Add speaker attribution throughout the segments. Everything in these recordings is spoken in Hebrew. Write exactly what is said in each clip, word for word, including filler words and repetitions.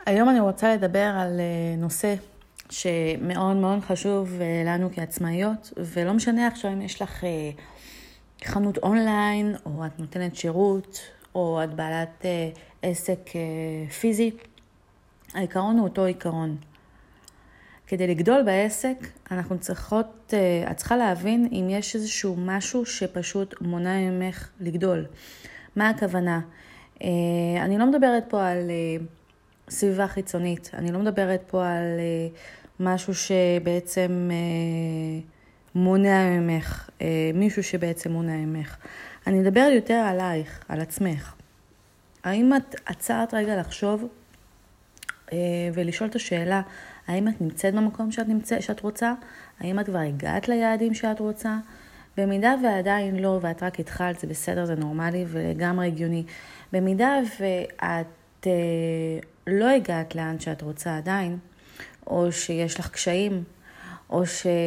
Speaker 1: היום אני רוצה לדבר על נושא שמאוד מאוד חשוב לנו כעצמאיות, ולא משנה עכשיו אם יש לך חנות אונליין, או את נותנת שירות, או את בעלת עסק פיזי. העיקרון הוא אותו עיקרון. כדי לגדול בעסק, אנחנו צריכות, את צריכה להבין אם יש איזשהו משהו שפשוט מונע ממך לגדול. מה הכוונה? אני לא מדברת פה על סביבה חיצונית, אני לא מדברת פה על משהו שבעצם מונע ממך, מישהו שבעצם מונע ממך. אני מדברת יותר עלייך, על עצמך. האם את עצרת רגע לחשוב ולשאול את השאלה, האם את נמצאת במקום שאת, נמצא, שאת רוצה? האם את כבר הגעת ליעדים שאת רוצה? במידה ועדיין לא, ואת רק התחלת, זה בסדר, זה נורמלי ולגמרי הגיוני. במידה ואת לא הגעת לאן שאת רוצה עדיין, או שיש לך קשיים, או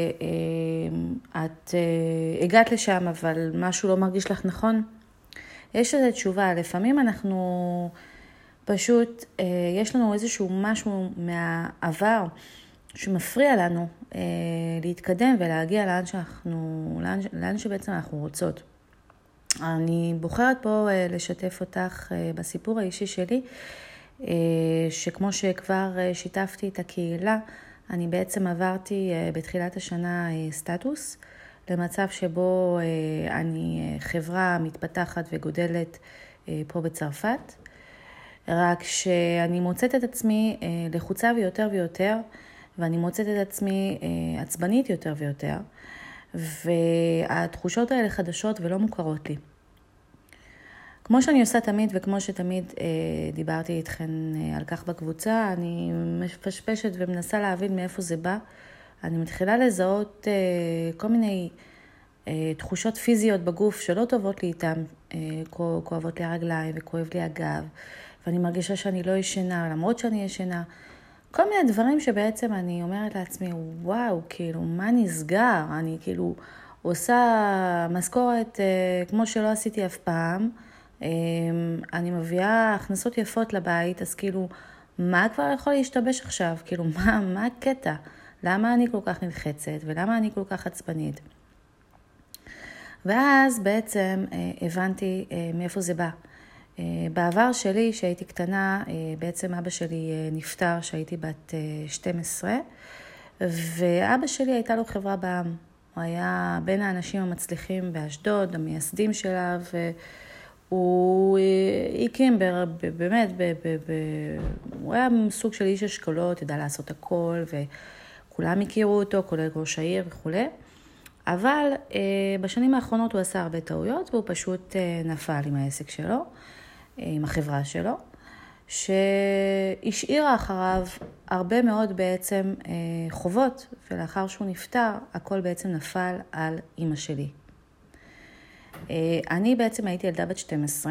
Speaker 1: שאת הגעת לשם, אבל משהו לא מרגיש לך נכון, יש לזה תשובה. לפעמים אנחנו פשוט, יש לנו איזשהו משהו מהעבר שמפריע לנו להתקדם ולהגיע לאן שאנחנו, לאן, לאן שבעצם אנחנו רוצות. אני בוחרת פה לשתף אותך בסיפור האישי שלי, שכמו שכבר שיתפתי את הקהילה, אני בעצם עברתי בתחילת השנה סטטוס, למצב שבו אני חברה מתפתחת וגודלת פה בצרפת, רק שאני מוצאת את עצמי לחוצה ויותר ויותר, ואני מוצאת את עצמי עצבנית יותר ויותר, והתחושות האלה חדשות ולא מוכרות לי. כמו שאני עושה תמיד, וכמו שתמיד אה, דיברתי איתכן אה, על כך בקבוצה, אני מפשפשת ומנסה להבין מאיפה זה בא. אני מתחילה לזהות אה, כל מיני אה, תחושות פיזיות בגוף שלא טובות לי איתן, אה, כואבות לי הרגליים וכואב לי הגב, ואני מרגישה שאני לא ישנה, למרות שאני ישנה. כל מיני דברים שבעצם אני אומרת לעצמי, וואו, כאילו, מה נסגר? אני כאילו עושה משכורת אה, כמו שלא עשיתי אף פעם, אני מביאה הכנסות יפות לבית, אז כאילו, מה כבר יכול להשתבש עכשיו? כאילו, מה, מה הקטע? למה אני כל כך נלחצת? ולמה אני כל כך עצבנית? ואז בעצם הבנתי מאיפה זה בא. בעבר שלי, שהייתי קטנה, בעצם אבא שלי נפטר, שהייתי בת שתים עשרה, ואבא שלי הייתה לו חברה בעם. הוא היה בין האנשים המצליחים באשדוד, המייסדים שלה, ו... הוא הקים באמת, הוא היה סוג של איש אשכולות, ידע לעשות הכל, וכולם הכירו אותו, כולל ראש העיר וכו'. אבל בשנים האחרונות הוא עשה הרבה טעויות, והוא פשוט נפל עם העסק שלו, עם החברה שלו, שהשאירה אחריו הרבה מאוד בעצם חובות, ולאחר שהוא נפטר, הכל בעצם נפל על אמא שלי. אני בעצם הייתי ילדה בת שתים עשרה,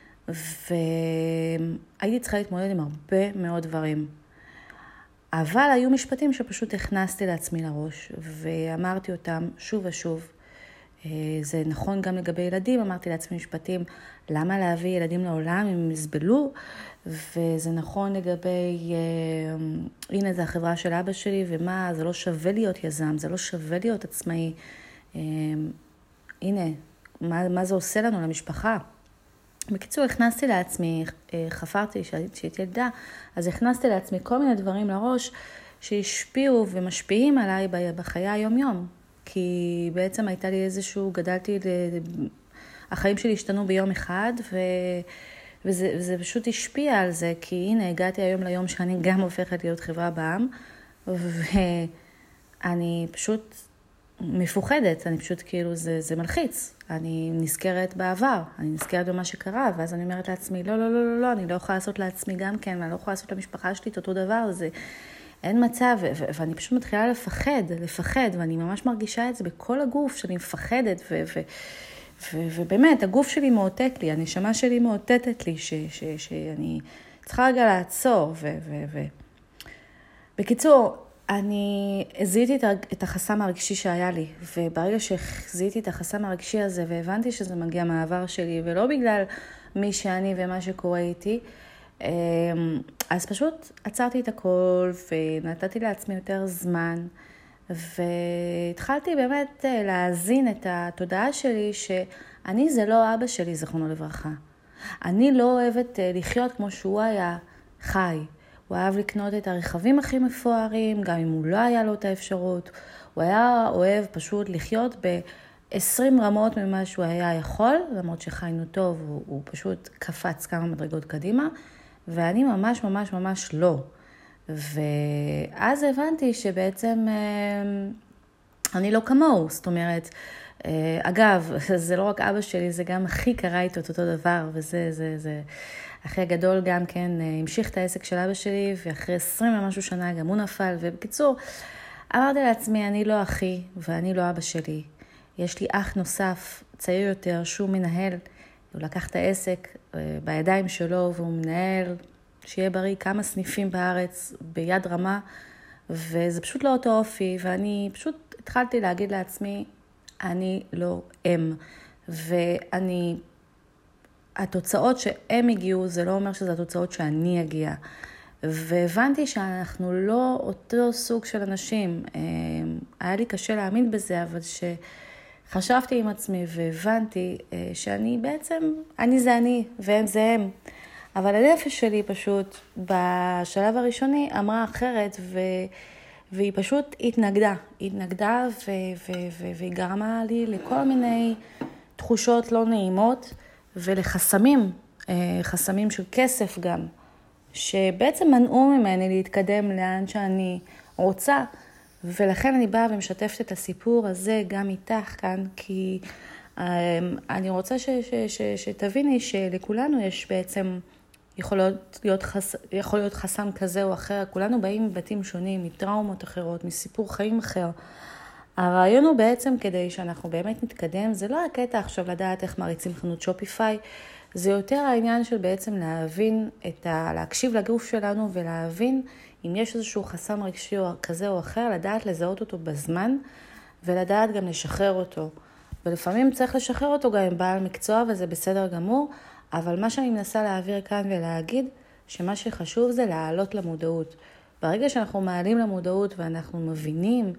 Speaker 1: והייתי צריכה להתמודד עם הרבה מאוד דברים. אבל היו משפטים שפשוט הכנסתי לעצמי לראש, ואמרתי אותם שוב ושוב. זה נכון גם לגבי ילדים, אמרתי לעצמי משפטים, למה להביא ילדים לעולם אם הם יסבלו? וזה נכון לגבי, הנה זה החברה של אבא שלי, ומה, זה לא שווה להיות יזם, זה לא שווה להיות עצמאי. הנה, מה, מה זה עושה לנו למשפחה. בקיצור, הכנסתי לעצמי, חפרתי שהייתי ילדה, אז הכנסתי לעצמי כל מיני דברים לראש שהשפיעו ומשפיעים עליי בחיי היום-יום. כי בעצם הייתה לי איזשהו, גדלתי, החיים שלי השתנו ביום אחד, ו, וזה, וזה פשוט השפיע על זה, כי הנה, הגעתי היום ליום שאני גם הופכת להיות חברה בעם, ואני פשוט מפוחדת, אני פשוט כאילו, זה, זה מלחיץ. אני נזכרת בעבר, אני נזכרת במה שקרה, ואז אני אומרת לעצמי, לא, לא, לא, לא, לא, אני לא יכולה לעשות לעצמי גם כן, אני לא יכולה לעשות למשפחה שלי את אותו דבר, זה אין מצב, ו- ו- ואני פשוט מתחילה לפחד, לפחד, ואני ממש מרגישה את זה בכל הגוף, שאני מפחדת, ו- ו- ו- ובאמת, הגוף שלי מאותת לי, הנשמה שלי מאותתת לי, ש- ש- שאני צריכה רגע לעצור, ו... ו- ו- בקיצור, אני זיהיתי את החסם הרגשי שהיה לי, וברגע שזיהיתי את החסם הרגשי הזה, והבנתי שזה מגיע מהעבר שלי, ולא בגלל מי שאני ומה שקורה איתי, אז פשוט עצרתי את הכל ונתתי לעצמי יותר זמן, והתחלתי באמת להאזין את התודעה שלי שאני זה לא אבא שלי, זכרונו לברכה. אני לא אוהבת לחיות כמו שהוא היה חי. הוא אהב לקנות את הרכבים הכי מפוארים, גם אם הוא לא היה לו את האפשרות. הוא היה אוהב פשוט לחיות ב-עשרים רמות ממה שהוא היה יכול, למרות שחיינו טוב, הוא, הוא פשוט קפץ כמה מדרגות קדימה, ואני ממש ממש ממש לא. ואז הבנתי שבעצם אני לא כמוהו, זאת אומרת, אגב, זה לא רק אבא שלי, זה גם אחי קרא איתו את אותו דבר, וזה, זה, זה, אחי הגדול גם כן המשיך את העסק של אבא שלי, ואחרי עשרים ומשהו שנה גם הוא נפל, ובקיצור, אמרתי לעצמי, אני לא אחי, ואני לא אבא שלי. יש לי אח נוסף, צעיר יותר, שהוא מנהל, הוא לקח את העסק בידיים שלו, והוא מנהל, שיהיה בריא, כמה סניפים בארץ, ביד רמה, וזה פשוט לא אותו אופי, ואני פשוט התחלתי להגיד לעצמי, אני לא אם, ואני, התוצאות שהם הגיעו, זה לא אומר שזה התוצאות שאני אגיע, והבנתי שאנחנו לא אותו סוג של אנשים, היה לי קשה להאמין בזה, אבל שחשבתי עם עצמי והבנתי שאני בעצם, אני זה אני, והם זה הם, אבל הנפש שלי פשוט בשלב הראשוני אמרה אחרת, ו... והיא פשוט התנגדה, התנגדה ו... ו... ו... והיא גרמה לי לכל מיני תחושות לא נעימות, ולחסמים, חסמים של כסף גם, שבעצם מנעו ממני להתקדם לאן שאני רוצה, ולכן אני באה ומשתפת את הסיפור הזה גם איתך כאן, כי אני רוצה ש... ש... ש... שתביני שלכולנו יש בעצם... יכול להיות, להיות חס... יכול להיות חסם כזה או אחר, כולנו באים מבתים שונים, מטראומות אחרות, מסיפור חיים אחר. הרעיון הוא בעצם כדי שאנחנו באמת נתקדם, זה לא הקטע עכשיו לדעת איך מריצים חנות שופיפיי, זה יותר העניין של בעצם להבין, את ה... להקשיב לגוף שלנו ולהבין אם יש איזשהו חסם רגשי כזה או אחר, לדעת לזהות אותו בזמן ולדעת גם לשחרר אותו. ולפעמים צריך לשחרר אותו גם עם בעל מקצוע וזה בסדר גמור, אבל מה שאני מנסה להעביר כאן ולהגיד, שמה שחשוב זה להעלות למודעות. ברגע שאנחנו מעלים למודעות ואנחנו מבינים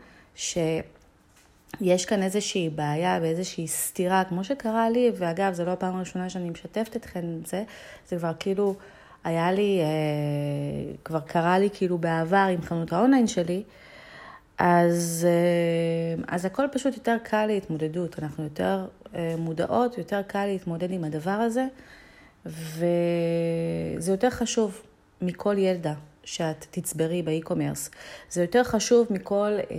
Speaker 1: שיש כאן איזושהי בעיה ואיזושהי סתירה, כמו שקרה לי, ואגב, זה לא הפעם הראשונה שאני משתפת אתכם עם זה, זה כבר כאילו היה לי, אה, כבר קרה לי כאילו בעבר עם חנות האונליין שלי, אז, אה, אז הכל פשוט יותר קל להתמודדות. אנחנו יותר אה, מודעות, יותר קל להתמודד עם הדבר הזה, וזה יותר חשוב מכל ילדה שאת תצברי באי-קומרס. זה יותר חשוב מכל אה,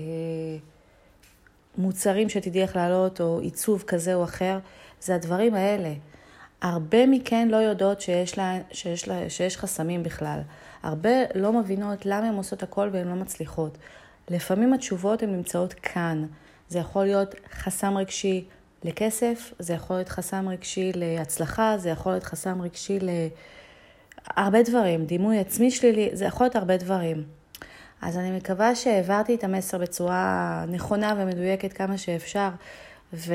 Speaker 1: מוצרים שתדעי איך לעלות או עיצוב כזה או אחר. זה הדברים האלה. הרבה מכן לא יודעות שיש, לה, שיש, לה, שיש חסמים בכלל. הרבה לא מבינות למה הן עושות הכל והן לא מצליחות. לפעמים התשובות הן נמצאות כאן. זה יכול להיות חסם רגשי לכסף, זה יכול להיות חסם רגשי להצלחה, זה יכול להיות חסם רגשי להרבה דברים, דימוי עצמי שלילי, זה יכול להיות הרבה דברים. אז אני מקווה שהעברתי את המסר בצורה נכונה ומדויקת כמה שאפשר, ו...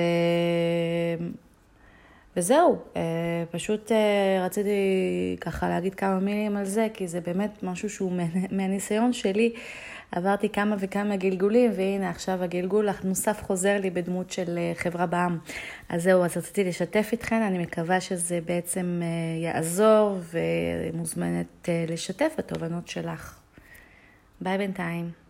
Speaker 1: וזהו, פשוט רציתי ככה להגיד כמה מילים על זה, כי זה באמת משהו שהוא מהניסיון שלי, עברתי כמה וכמה גלגולים, והנה עכשיו הגלגול הנוסף חוזר לי בדמות של חברה בעם. אז זהו, אז רציתי לשתף איתכן, אני מקווה שזה בעצם יעזור, ומוזמנת לשתף בתובנות שלך. ביי בינתיים.